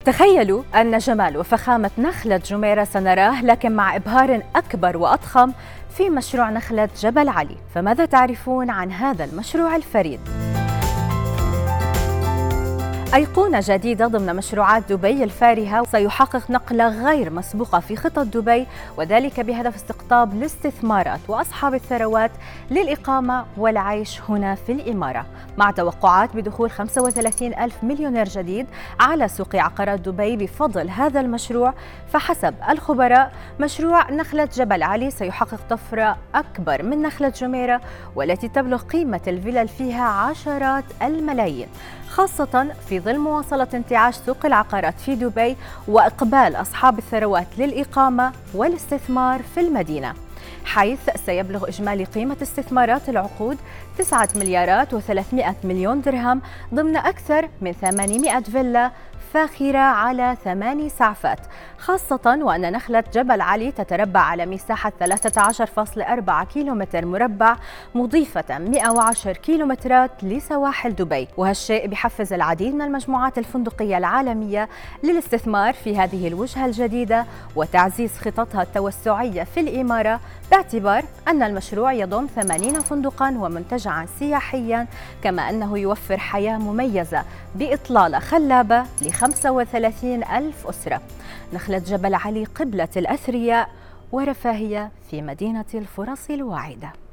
تخيلوا أن جمال وفخامة نخلة جميرة سنراه، لكن مع إبهار أكبر وأضخم في مشروع نخلة جبل علي. فماذا تعرفون عن هذا المشروع الفريد؟ أيقونة جديدة ضمن مشروعات دبي الفارهة، سيحقق نقلة غير مسبوقة في خطط دبي، وذلك بهدف استقطاب الاستثمارات وأصحاب الثروات للإقامة والعيش هنا في الإمارة، مع توقعات بدخول 35 ألف مليونير جديد على سوق عقارات دبي بفضل هذا المشروع. فحسب الخبراء مشروع نخلة جبل علي سيحقق طفرة أكبر من نخلة جميرة، والتي تبلغ قيمة الفلل فيها عشرات الملايين، خاصة في ظل مواصلة انتعاش سوق العقارات في دبي وإقبال أصحاب الثروات للإقامة والاستثمار في المدينة، حيث سيبلغ إجمالي قيمة استثمارات العقود 9 مليارات و300 مليون درهم ضمن أكثر من 800 فيلا فاخرة على 8 سعفات، خاصة وأن نخلة جبل علي تتربع على مساحة 13.4 كيلومتر مربع، مضيفة 110 كيلومترات لسواحل دبي، وهالشيء بيحفز العديد من المجموعات الفندقية العالمية للاستثمار في هذه الوجهة الجديدة وتعزيز خططها التوسعية في الإمارة، باعتبار أن المشروع يضم 80 فندقاً ومنتجعاً سياحياً، كما أنه يوفر حياة مميزة بإطلالة خلابة ل 35 ألف أسرة. نخلة جبل علي قبلة الأثرياء ورفاهية في مدينة الفرص الواعدة.